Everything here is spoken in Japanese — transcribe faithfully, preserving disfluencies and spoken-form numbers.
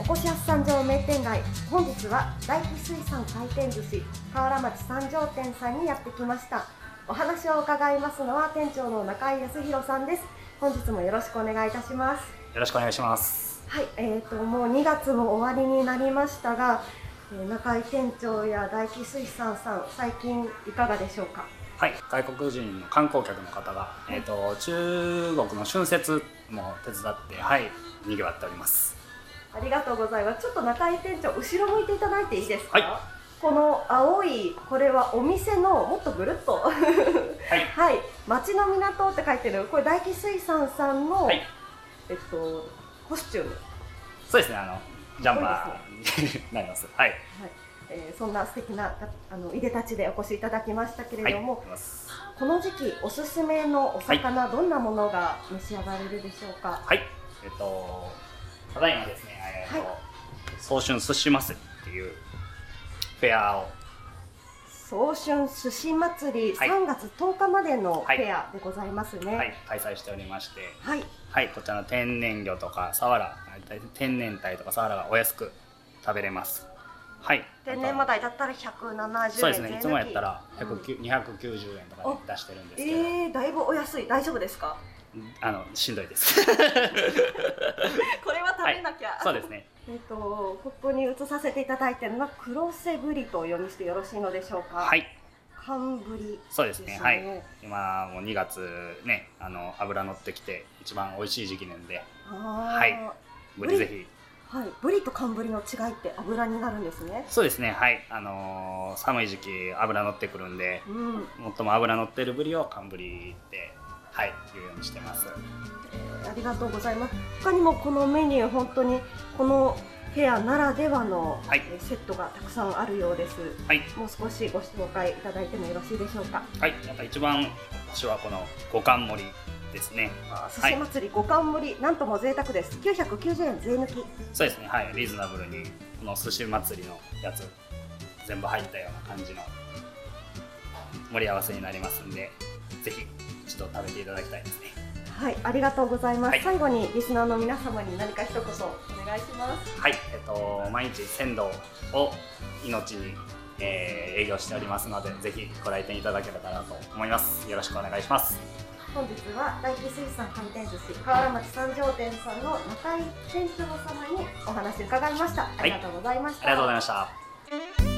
こしやす三条名店街、本日は大気水産回転寿司河原町三条店さんにやってきました。お話を伺いますのは店長の中井康弘さんです。本日もよろしくお願いいたします。 よろしくお願いします。 はい、えーともうにがつも終わりになりましたが、えー、中井店長や大気水産さん、最近いかがでしょうか？ はい、外国人の観光客の方が、えーと中国の春節も手伝って、はい、賑わっております。 ありがとうございます。ちょっと中井店長、後ろ向いていただいていいですか？ はい、 この青い、これはお店のもっとぐるっとはい、はい、町の港って書いてる、これ大気水産さんの、はい、えっとコスチューム。 そうですね、あのジャンパーになります。はい。はい、 えー、そんな素敵なあのいでたちでお越しいただきましたけれども、はい、この時期おすすめのお魚、はい、どんなものが召し上がれるでしょうか？ はい、えっとただいまですね、えーとはい、早春寿司祭りっていうフェアを、 早春寿司祭り、はい、さんがつとおかまでのフェアでございますね。はい、 はい、開催しておりまして、 はい、 はい、こちらの天然魚とかサワラ、天然鯛とかサワラがお安く食べれます。はい、 天然マダイだったらひゃくななじゅうえん、 そうですね、いつもやったらにひゃくきゅうじゅうえんとかで出してるんですけど、 えー、だいぶお安い。大丈夫ですか？ あのしんどいですこれは食べなきゃ、はい、 そうですね。 えっとここに移させていただいているのは黒瀬ぶりとお読みしてよろしいのでしょうか？はい、寒ぶり、ね、 そうですね。はい、今もうにがつね、あの脂乗ってきて一番美味しい時期なんで、はい、ぶりぜひ。 はい、ぶりと寒ぶりの違いって脂になるんですね。 そうですね。はい、あのー、寒い時期脂乗ってくるんで、うん、最も脂乗ってるぶりを寒ぶりってはい言うようにしてます。 えー、ありがとうございます。他にもこのメニュー本当にこのフェアならではの、はい、セットがたくさんあるようです。はい、もう少しご紹介いただいてもよろしいでしょうか？ はい、やっぱ一番私はこの五貫盛りですね。 寿司祭り五貫盛り、なんとも贅沢です。きゅうひゃくきゅうじゅうえん税抜き。 そうですね。はい、リーズナブルにこの寿司祭りのやつ全部入ったような感じの盛り合わせになりますんで、ぜひ一度食べていただきたいですね。 はい、ありがとうございます。はい、最後にリスナーの皆様に何か一言お願いします。 はい、えっと毎日鮮度を命に、えー、営業しておりますので、ぜひご来店いただけたらと思います。よろしくお願いします。 本日は大気水産回転寿司河原町三条店さんの中井店長様にお話を伺いました。ありがとうございました。 はい、ありがとうございました。